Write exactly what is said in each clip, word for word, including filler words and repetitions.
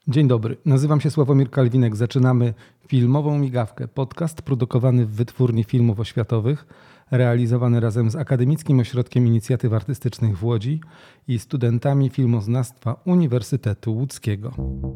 Dzień dobry, nazywam się Sławomir Kalwinek. Zaczynamy Filmową Migawkę, podcast produkowany w Wytwórni Filmów Oświatowych, realizowany razem z Akademickim Ośrodkiem Inicjatyw Artystycznych w Łodzi i studentami filmoznawstwa Uniwersytetu Łódzkiego.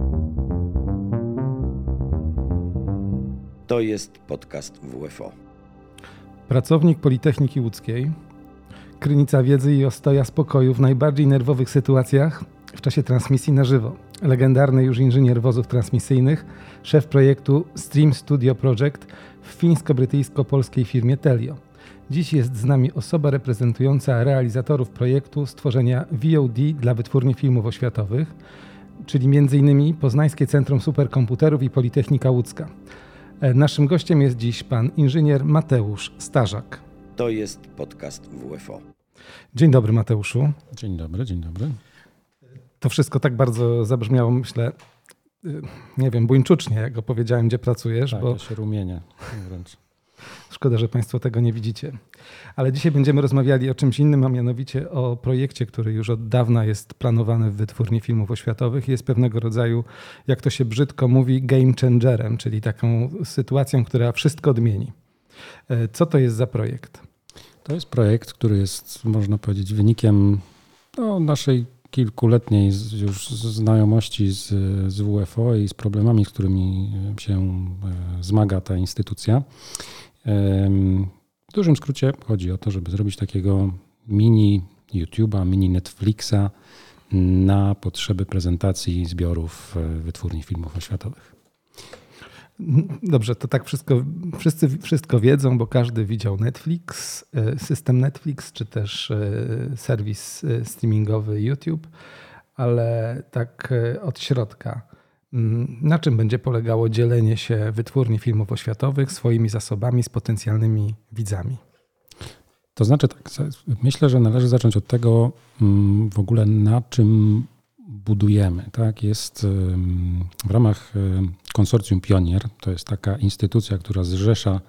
To jest podcast W F O. Pracownik Politechniki Łódzkiej, krynica wiedzy i ostoja spokoju w najbardziej nerwowych sytuacjach w czasie transmisji na żywo. Legendarny już inżynier wozów transmisyjnych, szef projektu Stream Studio Project w fińsko-brytyjsko-polskiej firmie Telio. Dziś jest z nami osoba reprezentująca realizatorów projektu stworzenia V O D dla Wytwórni Filmów Oświatowych, czyli między innymi Poznańskie Centrum Superkomputerów i Politechnika Łódzka. Naszym gościem jest dziś pan inżynier Mateusz Starzak. To jest podcast W F O. Dzień dobry, Mateuszu. Dzień dobry, dzień dobry. To wszystko tak bardzo zabrzmiało, myślę, nie wiem, buńczucznie, jak opowiedziałem, gdzie pracujesz. Tak, bo ja się rumienię wręcz. Szkoda, że państwo tego nie widzicie. Ale dzisiaj będziemy rozmawiali o czymś innym, a mianowicie o projekcie, który już od dawna jest planowany w Wytwórni Filmów Oświatowych. Jest pewnego rodzaju, jak to się brzydko mówi, game changerem, czyli taką sytuacją, która wszystko odmieni. Co to jest za projekt? To jest projekt, który jest, można powiedzieć, wynikiem no, naszej kilkuletniej już znajomości z, z W F O i z problemami, z którymi się zmaga ta instytucja. W dużym skrócie chodzi o to, żeby zrobić takiego mini YouTube'a, mini Netflixa na potrzeby prezentacji zbiorów Wytwórni Filmów Oświatowych. Dobrze, to tak wszystko, wszyscy wszystko wiedzą, bo każdy widział Netflix, system Netflix, czy też serwis streamingowy YouTube, ale tak od środka. Na czym będzie polegało dzielenie się Wytwórni Filmów Oświatowych swoimi zasobami z potencjalnymi widzami? To znaczy tak, myślę, że należy zacząć od tego w ogóle, na czym budujemy. Tak? Jest w ramach konsorcjum Pionier, to jest taka instytucja, która zrzesza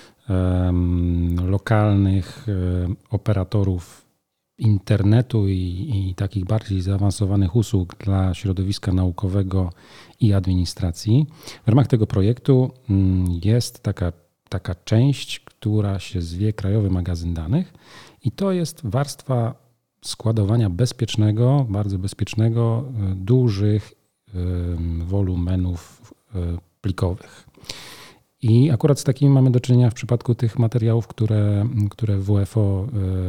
lokalnych operatorów internetu i, i takich bardziej zaawansowanych usług dla środowiska naukowego i administracji. W ramach tego projektu jest taka, taka część, która się zwie Krajowy Magazyn Danych i to jest warstwa składowania bezpiecznego, bardzo bezpiecznego, dużych wolumenów plikowych. I akurat z takimi mamy do czynienia w przypadku tych materiałów, które, które W F O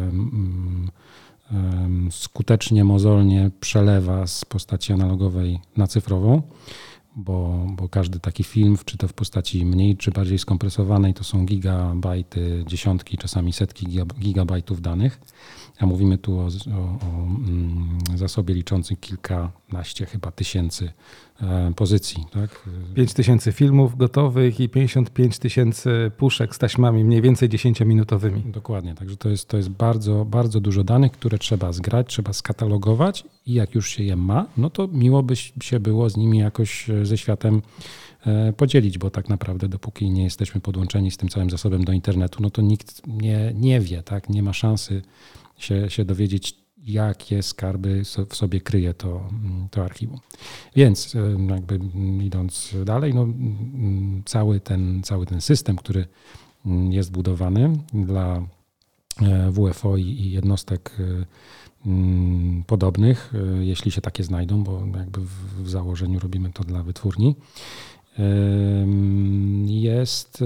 skutecznie, mozolnie przelewa z postaci analogowej na cyfrową, bo, bo każdy taki film, czy to w postaci mniej, czy bardziej skompresowanej, to są gigabajty, dziesiątki, czasami setki gigabajtów danych. A mówimy tu o, o, o zasobie liczącym kilkanaście chyba tysięcy pozycji. Tak? pięć tysięcy filmów gotowych i pięćdziesiąt pięć tysięcy puszek z taśmami, mniej więcej dziesięciominutowymi. Dokładnie, także to jest, to jest bardzo, bardzo dużo danych, które trzeba zgrać, trzeba skatalogować i jak już się je ma, no to miło by się było z nimi jakoś ze światem podzielić, bo tak naprawdę dopóki nie jesteśmy podłączeni z tym całym zasobem do internetu, no to nikt nie, nie wie, tak? Nie ma szansy się, się dowiedzieć, jakie skarby w sobie kryje to, to archiwum. Więc jakby idąc dalej, no, cały, ten, cały ten system, który jest budowany dla W F O i jednostek podobnych, jeśli się takie znajdą, bo jakby w założeniu robimy to dla wytwórni, jest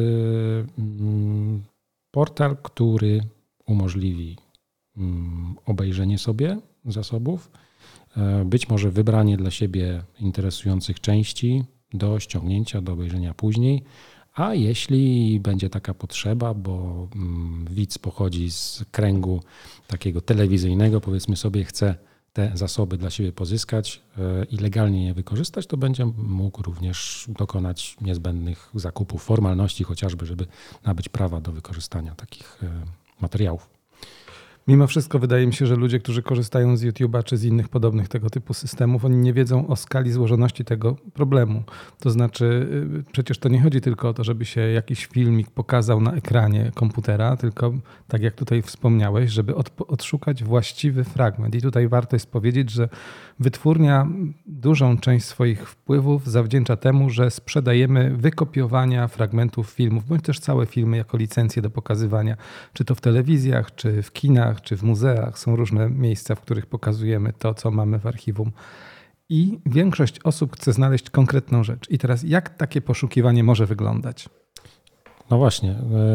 portal, który umożliwi obejrzenie sobie zasobów, być może wybranie dla siebie interesujących części do ściągnięcia, do obejrzenia później, a jeśli będzie taka potrzeba, bo widz pochodzi z kręgu takiego telewizyjnego, powiedzmy sobie, chce te zasoby dla siebie pozyskać i legalnie je wykorzystać, to będzie mógł również dokonać niezbędnych zakupów, formalności chociażby, żeby nabyć prawa do wykorzystania takich materiałów. Mimo wszystko wydaje mi się, że ludzie, którzy korzystają z YouTube'a czy z innych podobnych tego typu systemów, oni nie wiedzą o skali złożoności tego problemu. To znaczy przecież to nie chodzi tylko o to, żeby się jakiś filmik pokazał na ekranie komputera, tylko tak jak tutaj wspomniałeś, żeby od, odszukać właściwy fragment. I tutaj warto jest powiedzieć, że wytwórnia dużą część swoich wpływów zawdzięcza temu, że sprzedajemy wykopiowania fragmentów filmów, bądź też całe filmy jako licencje do pokazywania, czy to w telewizjach, czy w kinach, czy w muzeach. Są różne miejsca, w których pokazujemy to, co mamy w archiwum. I większość osób chce znaleźć konkretną rzecz. I teraz jak takie poszukiwanie może wyglądać? No właśnie.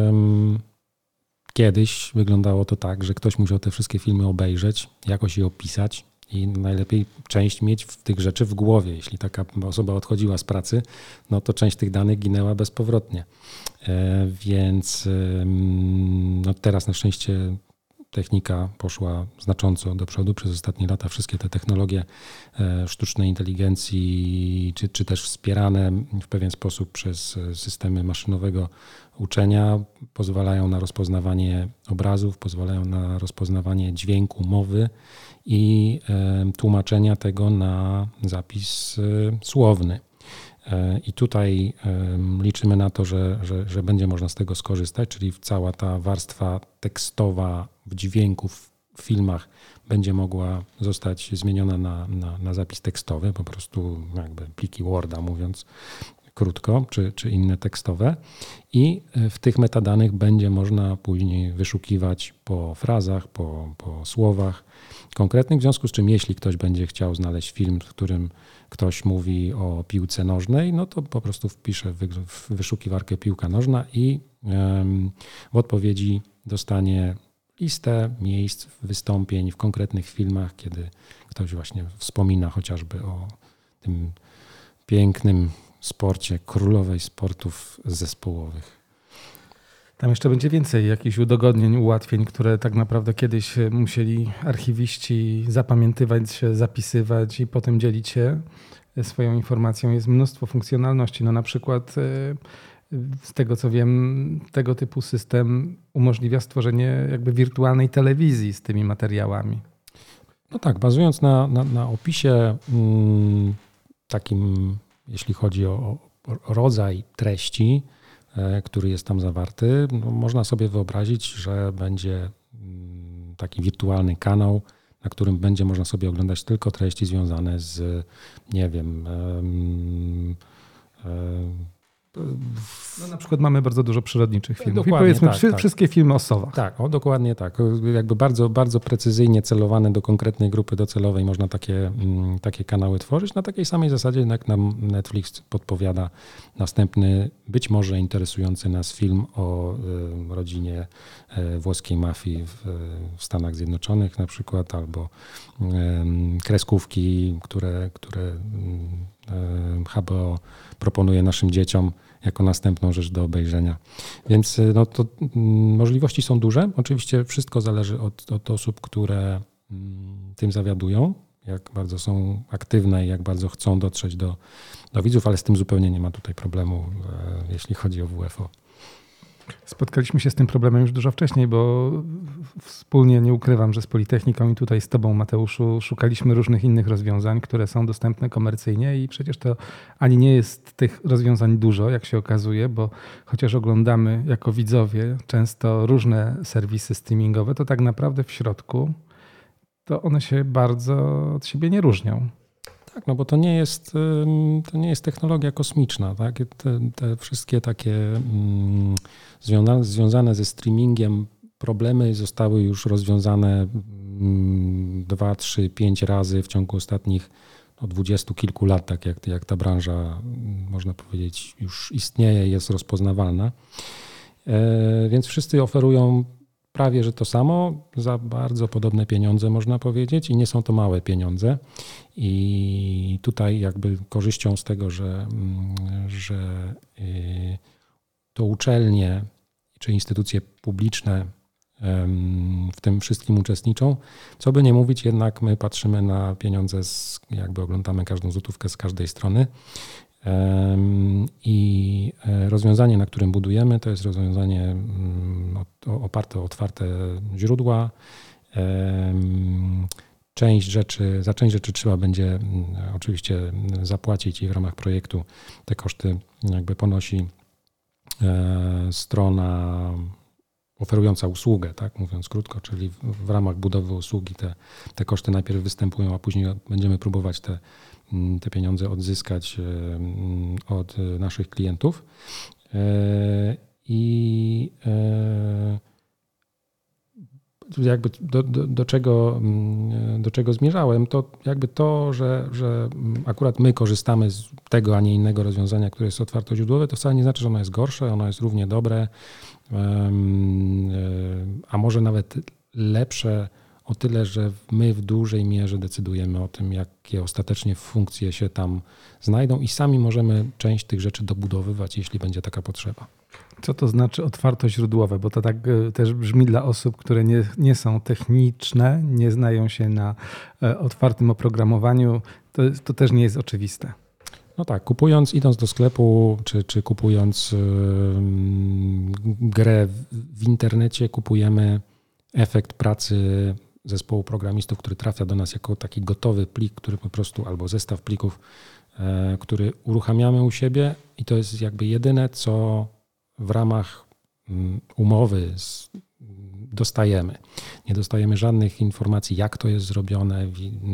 Kiedyś wyglądało to tak, że ktoś musiał te wszystkie filmy obejrzeć, jakoś je opisać i najlepiej część mieć w tych rzeczy w głowie. Jeśli taka osoba odchodziła z pracy, no to część tych danych ginęła bezpowrotnie. Więc no teraz na szczęście technika poszła znacząco do przodu. Przez ostatnie lata wszystkie te technologie sztucznej inteligencji, czy, czy też wspierane w pewien sposób przez systemy maszynowego uczenia, pozwalają na rozpoznawanie obrazów, pozwalają na rozpoznawanie dźwięku, mowy i tłumaczenia tego na zapis słowny. I tutaj liczymy na to, że, że, że będzie można z tego skorzystać, czyli cała ta warstwa tekstowa w dźwięku, w filmach będzie mogła zostać zmieniona na, na, na zapis tekstowy, po prostu jakby pliki Worda, mówiąc krótko, czy, czy inne tekstowe. I w tych metadanych będzie można później wyszukiwać po frazach, po, po słowach konkretnych, w związku z czym jeśli ktoś będzie chciał znaleźć film, w którym ktoś mówi o piłce nożnej, no to po prostu wpisze w wyszukiwarkę piłka nożna i w odpowiedzi dostanie listę miejsc, wystąpień w konkretnych filmach, kiedy ktoś właśnie wspomina chociażby o tym pięknym sporcie królowej sportów zespołowych. Tam jeszcze będzie więcej jakichś udogodnień, ułatwień, które tak naprawdę kiedyś musieli archiwiści zapamiętywać, zapisywać i potem dzielić się swoją informacją. Jest mnóstwo funkcjonalności. No na przykład z tego co wiem, tego typu system umożliwia stworzenie jakby wirtualnej telewizji z tymi materiałami. No tak, bazując na, na, na opisie mm, takim, jeśli chodzi o, o rodzaj treści, który jest tam zawarty, no można sobie wyobrazić, że będzie taki wirtualny kanał, na którym będzie można sobie oglądać tylko treści związane z, nie wiem, um, um, no na przykład mamy bardzo dużo przyrodniczych filmów. Dokładnie, I powiedzmy tak, wszy- tak. wszystkie filmy o sowach. Tak, o, dokładnie tak. Jakby bardzo, bardzo precyzyjnie celowane do konkretnej grupy docelowej można takie, takie kanały tworzyć na takiej samej zasadzie, jak nam Netflix podpowiada następny, być może interesujący nas film o y, rodzinie y, włoskiej mafii w, w Stanach Zjednoczonych na przykład, albo y, kreskówki, które, które y, H B O proponuje naszym dzieciom jako następną rzecz do obejrzenia. Więc no to możliwości są duże. Oczywiście wszystko zależy od, od osób, które tym zawiadują, jak bardzo są aktywne i jak bardzo chcą dotrzeć do, do widzów, ale z tym zupełnie nie ma tutaj problemu, jeśli chodzi o W F O. Spotkaliśmy się z tym problemem już dużo wcześniej, bo wspólnie, nie ukrywam, że z Politechniką i tutaj z Tobą, Mateuszu, szukaliśmy różnych innych rozwiązań, które są dostępne komercyjnie i przecież to ani nie jest tych rozwiązań dużo, jak się okazuje, bo chociaż oglądamy jako widzowie często różne serwisy streamingowe, to tak naprawdę w środku to one się bardzo od siebie nie różnią. Tak, no bo to nie jest, to nie jest technologia kosmiczna. Tak? Te, te wszystkie takie mm, związane, związane ze streamingiem problemy zostały już rozwiązane mm, dwa, trzy, pięć razy w ciągu ostatnich no, dwudziestu kilku lat, tak jak, jak ta branża, można powiedzieć, już istnieje, jest rozpoznawalna. E, więc wszyscy oferują prawie że to samo, za bardzo podobne pieniądze można powiedzieć i nie są to małe pieniądze. I tutaj jakby korzyścią z tego, że, że to uczelnie czy instytucje publiczne w tym wszystkim uczestniczą, co by nie mówić, jednak my patrzymy na pieniądze, z, jakby oglądamy każdą złotówkę z każdej strony. I rozwiązanie, na którym budujemy, to jest rozwiązanie oparte o otwarte źródła Część rzeczy, za część rzeczy trzeba będzie oczywiście zapłacić i w ramach projektu te koszty jakby ponosi strona oferująca usługę, tak mówiąc krótko, czyli w, w ramach budowy usługi te, te koszty najpierw występują, a później będziemy próbować te, te pieniądze odzyskać od naszych klientów. I jakby do, do, do, czego, do czego zmierzałem, to jakby to, że, że akurat my korzystamy z tego, a nie innego rozwiązania, które jest otwartoźródłowe, to wcale nie znaczy, że ono jest gorsze, ono jest równie dobre, a może nawet lepsze o tyle, że my w dużej mierze decydujemy o tym, jakie ostatecznie funkcje się tam znajdą i sami możemy część tych rzeczy dobudowywać, jeśli będzie taka potrzeba. Co to znaczy otwartoźródłowe? Bo to tak też brzmi dla osób, które nie, nie są techniczne, nie znają się na otwartym oprogramowaniu. To, to też nie jest oczywiste. No tak, kupując, idąc do sklepu, czy, czy kupując yy, grę w, w internecie, kupujemy efekt pracy zespołu programistów, który trafia do nas jako taki gotowy plik, który po prostu, albo zestaw plików, yy, który uruchamiamy u siebie i to jest jakby jedyne, co w ramach umowy dostajemy. Nie dostajemy żadnych informacji, jak to jest zrobione,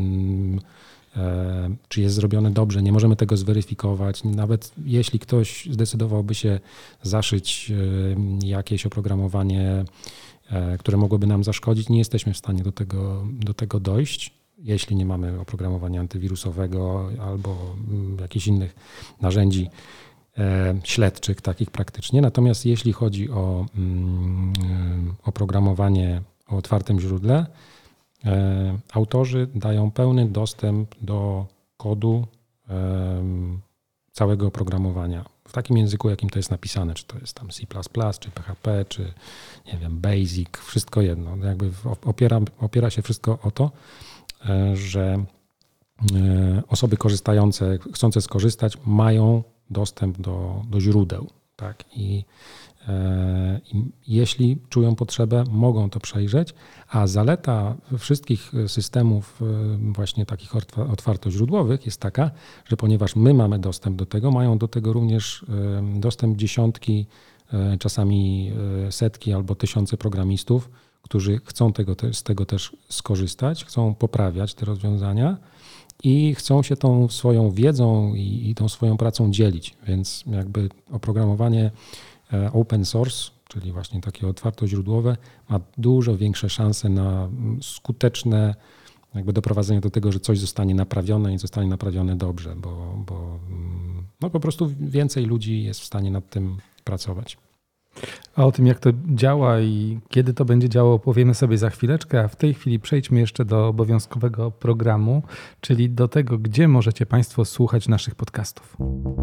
czy jest zrobione dobrze. Nie możemy tego zweryfikować. Nawet jeśli ktoś zdecydowałby się zaszyć jakieś oprogramowanie, które mogłoby nam zaszkodzić, nie jesteśmy w stanie do tego, do tego dojść, jeśli nie mamy oprogramowania antywirusowego albo jakichś innych narzędzi śledczych, takich praktycznie. Natomiast jeśli chodzi o oprogramowanie o otwartym źródle, autorzy dają pełny dostęp do kodu całego oprogramowania w takim języku, jakim to jest napisane, czy to jest tam C plus plus, czy P H P, czy nie wiem, Basic, wszystko jedno. Jakby opiera, opiera się wszystko o to, że osoby korzystające, chcące skorzystać, mają dostęp do, do źródeł. Tak? I, e, I jeśli czują potrzebę, mogą to przejrzeć, a zaleta wszystkich systemów właśnie takich otwartoźródłowych jest taka, że ponieważ my mamy dostęp do tego, mają do tego również dostęp dziesiątki, czasami setki albo tysiące programistów, którzy chcą tego, z tego też skorzystać, chcą poprawiać te rozwiązania i chcą się tą swoją wiedzą i, i tą swoją pracą dzielić. Więc jakby oprogramowanie open source, czyli właśnie takie otwartoźródłowe, ma dużo większe szanse na skuteczne jakby doprowadzenie do tego, że coś zostanie naprawione i zostanie naprawione dobrze, bo, bo no po prostu więcej ludzi jest w stanie nad tym pracować. A o tym, jak to działa i kiedy to będzie działało, powiemy sobie za chwileczkę, a w tej chwili przejdźmy jeszcze do obowiązkowego programu, czyli do tego, gdzie możecie Państwo słuchać naszych podcastów.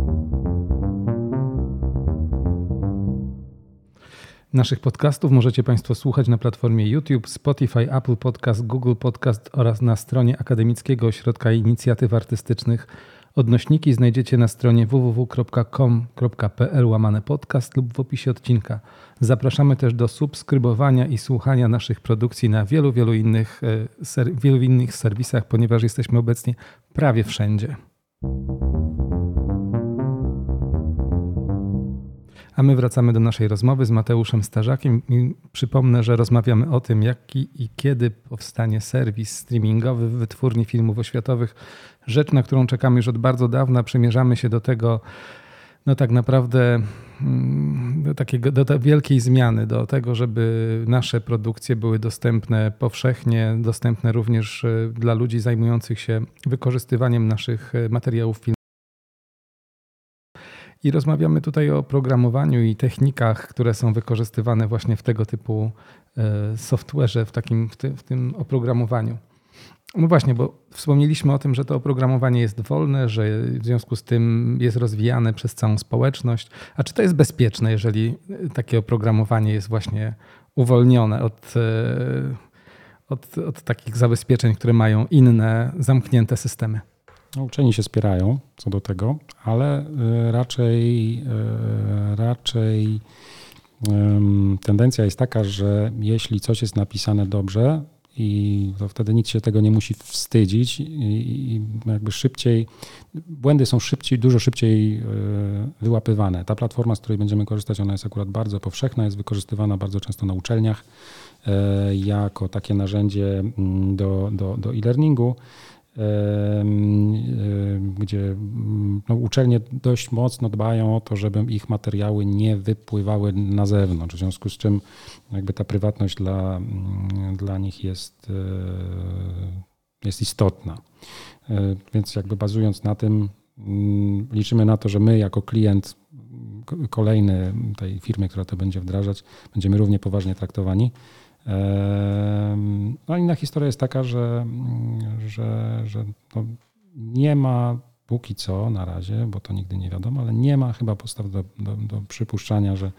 Naszych podcastów możecie Państwo słuchać na platformie YouTube, Spotify, Apple Podcast, Google Podcast oraz na stronie Akademickiego Ośrodka Inicjatyw Artystycznych. Odnośniki znajdziecie na stronie w w w kropka com kropka p l łamane podcast lub w opisie odcinka. Zapraszamy też do subskrybowania i słuchania naszych produkcji na wielu, wielu innych, ser, wielu innych serwisach, ponieważ jesteśmy obecnie prawie wszędzie. A my wracamy do naszej rozmowy z Mateuszem Starzakiem i przypomnę, że rozmawiamy o tym, jaki i kiedy powstanie serwis streamingowy w wytwórni filmów oświatowych. Rzecz, na którą czekamy już od bardzo dawna. Przymierzamy się do tego, no tak naprawdę do, takiego, do tej wielkiej zmiany, do tego, żeby nasze produkcje były dostępne powszechnie, dostępne również dla ludzi zajmujących się wykorzystywaniem naszych materiałów filmowych. I rozmawiamy tutaj o programowaniu i technikach, które są wykorzystywane właśnie w tego typu software'ze, w takim, w tym, w tym oprogramowaniu. No właśnie, bo wspomnieliśmy o tym, że to oprogramowanie jest wolne, że w związku z tym jest rozwijane przez całą społeczność. A czy to jest bezpieczne, jeżeli takie oprogramowanie jest właśnie uwolnione od, od, od takich zabezpieczeń, które mają inne, zamknięte systemy? No, uczeni się spierają co do tego, ale raczej, raczej tendencja jest taka, że jeśli coś jest napisane dobrze i to wtedy nikt się tego nie musi wstydzić i, i jakby szybciej, błędy są szybciej, dużo szybciej wyłapywane. Ta platforma, z której będziemy korzystać, ona jest akurat bardzo powszechna, jest wykorzystywana bardzo często na uczelniach jako takie narzędzie do, do, do e-learningu, gdzie no, uczelnie dość mocno dbają o to, żeby ich materiały nie wypływały na zewnątrz, w związku z czym jakby ta prywatność dla, dla nich jest, jest istotna. Więc jakby bazując na tym, liczymy na to, że my jako klient kolejny tej firmy, która to będzie wdrażać, będziemy równie poważnie traktowani. No inna historia jest taka, że, że, że no nie ma póki co na razie, bo to nigdy nie wiadomo, ale nie ma chyba podstaw do, do, do przypuszczania, że,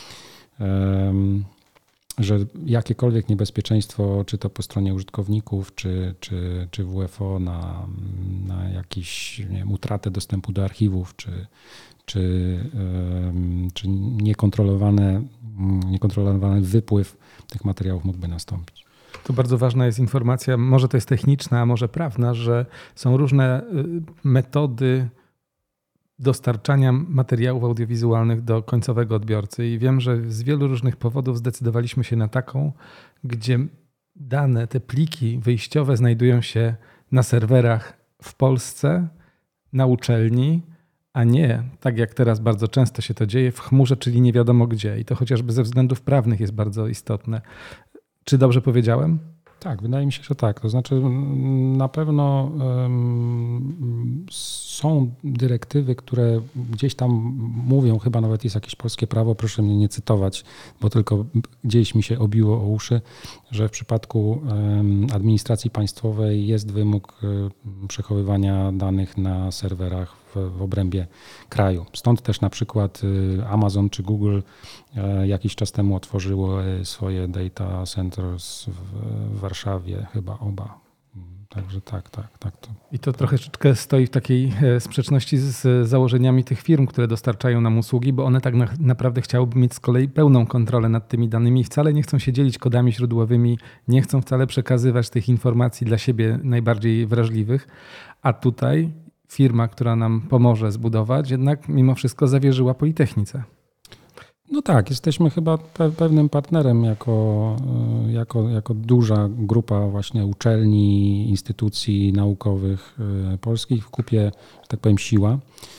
że jakiekolwiek niebezpieczeństwo, czy to po stronie użytkowników, czy, czy, czy W F O na, na jakiś, nie wiem, utratę dostępu do archiwów, czy, czy, czy niekontrolowany, niekontrolowany wypływ tych materiałów mógłby nastąpić. Tu bardzo ważna jest informacja, może to jest techniczna, a może prawna, że są różne metody dostarczania materiałów audiowizualnych do końcowego odbiorcy i wiem, że z wielu różnych powodów zdecydowaliśmy się na taką, gdzie dane, te pliki wyjściowe znajdują się na serwerach w Polsce, na uczelni, a nie, tak jak teraz bardzo często się to dzieje, w chmurze, czyli nie wiadomo gdzie. I to chociażby ze względów prawnych jest bardzo istotne. Czy dobrze powiedziałem? Tak, wydaje mi się, że tak. To znaczy na pewno um, są dyrektywy, które gdzieś tam mówią, chyba nawet jest jakieś polskie prawo, proszę mnie nie cytować, bo tylko gdzieś mi się obiło o uszy, że w przypadku um, administracji państwowej jest wymóg um, przechowywania danych na serwerach w, w obrębie kraju. Stąd też na przykład Amazon czy Google jakiś czas temu otworzyło swoje data centers w Warszawie, chyba oba. Także tak, tak, tak. To. I to troszeczkę stoi w takiej sprzeczności z założeniami tych firm, które dostarczają nam usługi, bo one tak na, naprawdę chciałyby mieć z kolei pełną kontrolę nad tymi danymi i wcale nie chcą się dzielić kodami źródłowymi, nie chcą wcale przekazywać tych informacji dla siebie najbardziej wrażliwych, a tutaj firma, która nam pomoże zbudować, jednak mimo wszystko zawierzyła Politechnice. No tak, jesteśmy chyba pewnym partnerem jako, jako, jako duża grupa właśnie uczelni, instytucji naukowych polskich w kupie, że tak powiem, Siła.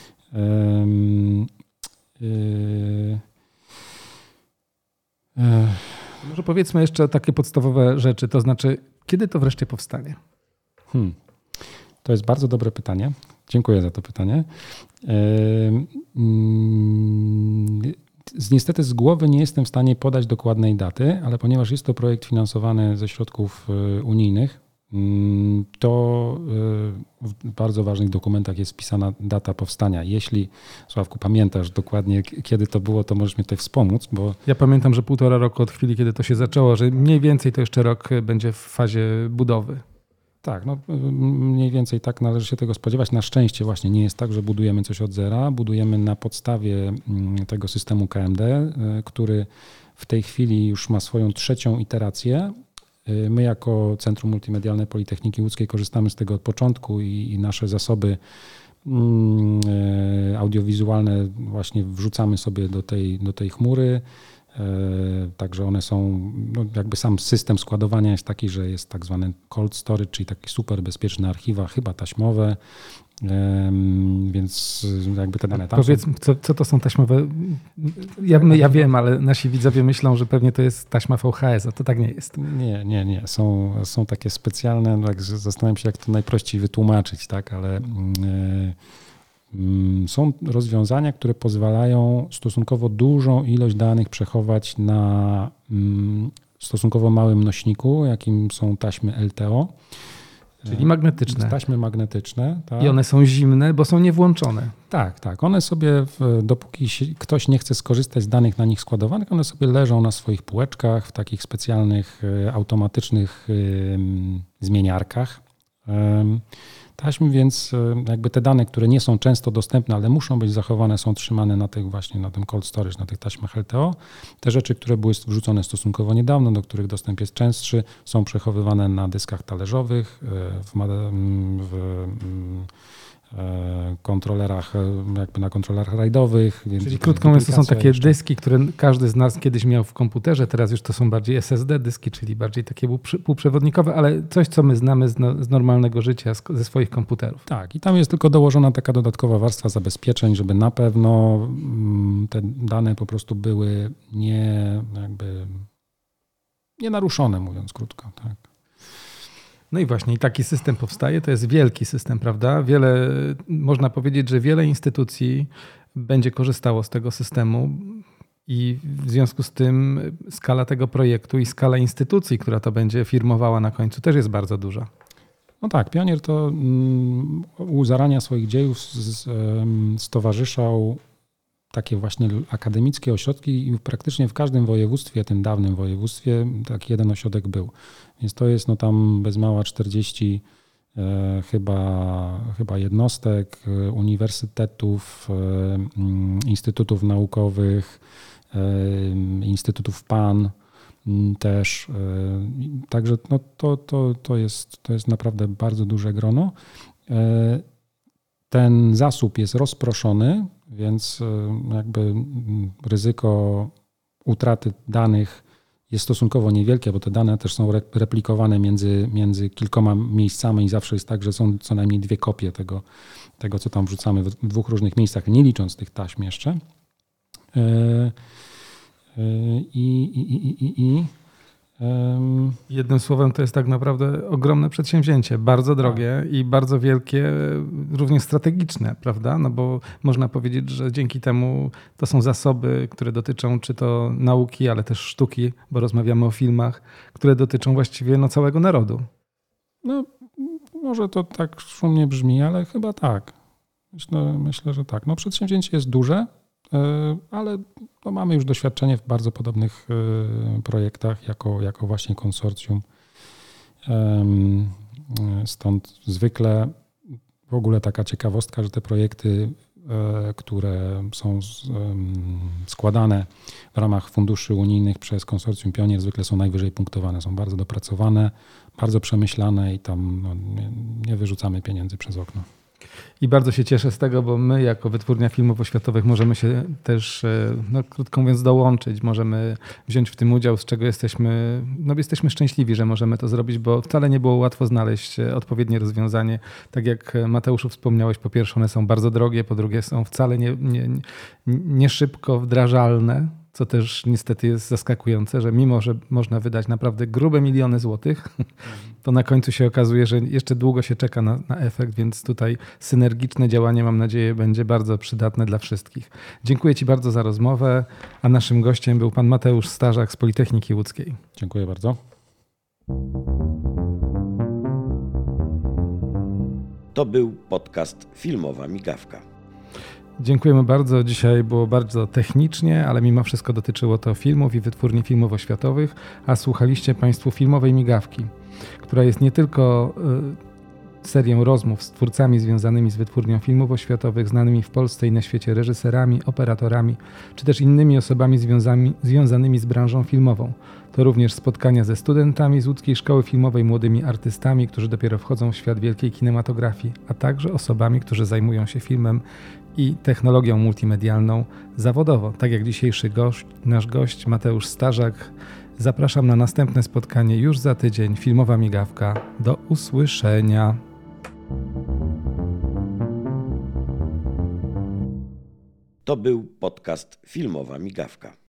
Może powiedzmy jeszcze takie podstawowe rzeczy, to znaczy, kiedy to wreszcie powstanie? Hmm. To jest bardzo dobre pytanie. Dziękuję za to pytanie. Niestety z głowy nie jestem w stanie podać dokładnej daty, ale ponieważ jest to projekt finansowany ze środków unijnych, to w bardzo ważnych dokumentach jest wpisana data powstania. Jeśli, Sławku, pamiętasz dokładnie, kiedy to było, to możesz mnie tutaj wspomóc, bo... Ja pamiętam, że półtora roku od chwili, kiedy to się zaczęło, że mniej więcej to jeszcze rok będzie w fazie budowy. Tak, no mniej więcej tak należy się tego spodziewać. Na szczęście właśnie nie jest tak, że budujemy coś od zera. Budujemy na podstawie tego systemu K M D, który w tej chwili już ma swoją trzecią iterację. My jako Centrum Multimedialne Politechniki Łódzkiej korzystamy z tego od początku i, i nasze zasoby audiowizualne właśnie wrzucamy sobie do tej, do tej chmury. Także one są, no jakby sam system składowania jest taki, że jest tak zwany cold storage, czyli takie super bezpieczne archiwa, chyba taśmowe, więc jakby te dane tam Powiedz, są. Co, co to są taśmowe? Ja, ja wiem, ale nasi widzowie myślą, że pewnie to jest taśma V H S, a to tak nie jest. Nie, nie, nie. Są, są takie specjalne, no jak zastanawiam się, jak to najprościej wytłumaczyć, tak, ale yy, są rozwiązania, które pozwalają stosunkowo dużą ilość danych przechować na stosunkowo małym nośniku, jakim są taśmy L T O. Czyli magnetyczne. Taśmy magnetyczne. Tak. I one są zimne, bo są niewłączone. Tak, tak. One sobie, dopóki ktoś nie chce skorzystać z danych na nich składowanych, one sobie leżą na swoich półeczkach w takich specjalnych automatycznych zmieniarkach. taśm, więc jakby te dane, które nie są często dostępne, ale muszą być zachowane, są trzymane na tych właśnie, na tym cold storage, na tych taśmach L T O. Te rzeczy, które były wrzucone stosunkowo niedawno, do których dostęp jest częstszy, są przechowywane na dyskach talerzowych, w, w kontrolerach, jakby na kontrolerach rajdowych. Czyli krótko mówiąc, to są takie jeszcze. dyski, które każdy z nas kiedyś miał w komputerze, teraz już to są bardziej S S D dyski, czyli bardziej takie półprzewodnikowe, ale coś, co my znamy z, no, z normalnego życia, z, ze swoich komputerów. Tak, i tam jest tylko dołożona taka dodatkowa warstwa zabezpieczeń, żeby na pewno te dane po prostu były nie jakby nie naruszone, mówiąc krótko, tak. No i właśnie i taki system powstaje, to jest wielki system, prawda? Wiele, można powiedzieć, że wiele instytucji będzie korzystało z tego systemu i w związku z tym skala tego projektu i skala instytucji, która to będzie firmowała na końcu, też jest bardzo duża. No tak, Pionier to u zarania swoich dziejów stowarzyszał takie właśnie akademickie ośrodki i praktycznie w każdym województwie, tym dawnym województwie, taki jeden ośrodek był. Więc to jest no tam bez mała czterdzieści e, chyba, chyba jednostek, e, uniwersytetów, e, instytutów naukowych, e, instytutów P A N też. E, także no to, to, to, jest, to jest naprawdę bardzo duże grono. E, ten zasób jest rozproszony, więc jakby ryzyko utraty danych jest stosunkowo niewielkie, bo te dane też są replikowane między, między kilkoma miejscami i zawsze jest tak, że są co najmniej dwie kopie tego, tego co tam wrzucamy w dwóch różnych miejscach, nie licząc tych taśm jeszcze. I, i, i, i, i Um, Jednym słowem to jest tak naprawdę ogromne przedsięwzięcie, bardzo drogie tak. i bardzo wielkie, również strategiczne, prawda? No bo można powiedzieć, że dzięki temu to są zasoby, które dotyczą czy to nauki, ale też sztuki, bo rozmawiamy o filmach, które dotyczą właściwie no, całego narodu. No może to tak szumnie brzmi, ale chyba tak. Myślę, myślę, że tak. No przedsięwzięcie jest duże, ale no mamy już doświadczenie w bardzo podobnych projektach jako, jako właśnie konsorcjum. Stąd zwykle w ogóle taka ciekawostka, że te projekty, które są składane w ramach funduszy unijnych przez konsorcjum Pionier, zwykle są najwyżej punktowane, są bardzo dopracowane, bardzo przemyślane i tam no, nie, nie wyrzucamy pieniędzy przez okno. I bardzo się cieszę z tego, bo my jako Wytwórnia Filmów Oświatowych możemy się też, no, krótko mówiąc, dołączyć, możemy wziąć w tym udział, z czego jesteśmy, no, jesteśmy szczęśliwi, że możemy to zrobić, bo wcale nie było łatwo znaleźć odpowiednie rozwiązanie. Tak jak Mateuszu wspomniałeś, po pierwsze one są bardzo drogie, po drugie są wcale nie, nie, nie szybko wdrażalne, co też niestety jest zaskakujące, że mimo, że można wydać naprawdę grube miliony złotych, to na końcu się okazuje, że jeszcze długo się czeka na, na efekt, więc tutaj synergiczne działanie, mam nadzieję, będzie bardzo przydatne dla wszystkich. Dziękuję Ci bardzo za rozmowę, a naszym gościem był pan Mateusz Starzak z Politechniki Łódzkiej. Dziękuję bardzo. To był podcast Filmowa Migawka. Dziękujemy bardzo. Dzisiaj było bardzo technicznie, ale mimo wszystko dotyczyło to filmów i Wytwórni Filmów Oświatowych, a słuchaliście Państwo Filmowej Migawki, która jest nie tylko serią rozmów z twórcami związanymi z Wytwórnią Filmów Oświatowych, znanymi w Polsce i na świecie reżyserami, operatorami, czy też innymi osobami związami, związanymi z branżą filmową. To również spotkania ze studentami z Łódzkiej Szkoły Filmowej, młodymi artystami, którzy dopiero wchodzą w świat wielkiej kinematografii, a także osobami, którzy zajmują się filmem i technologią multimedialną zawodowo. Tak jak dzisiejszy gość, nasz gość Mateusz Starzak. Zapraszam na następne spotkanie już za tydzień. Filmowa Migawka. Do usłyszenia. To był podcast Filmowa Migawka.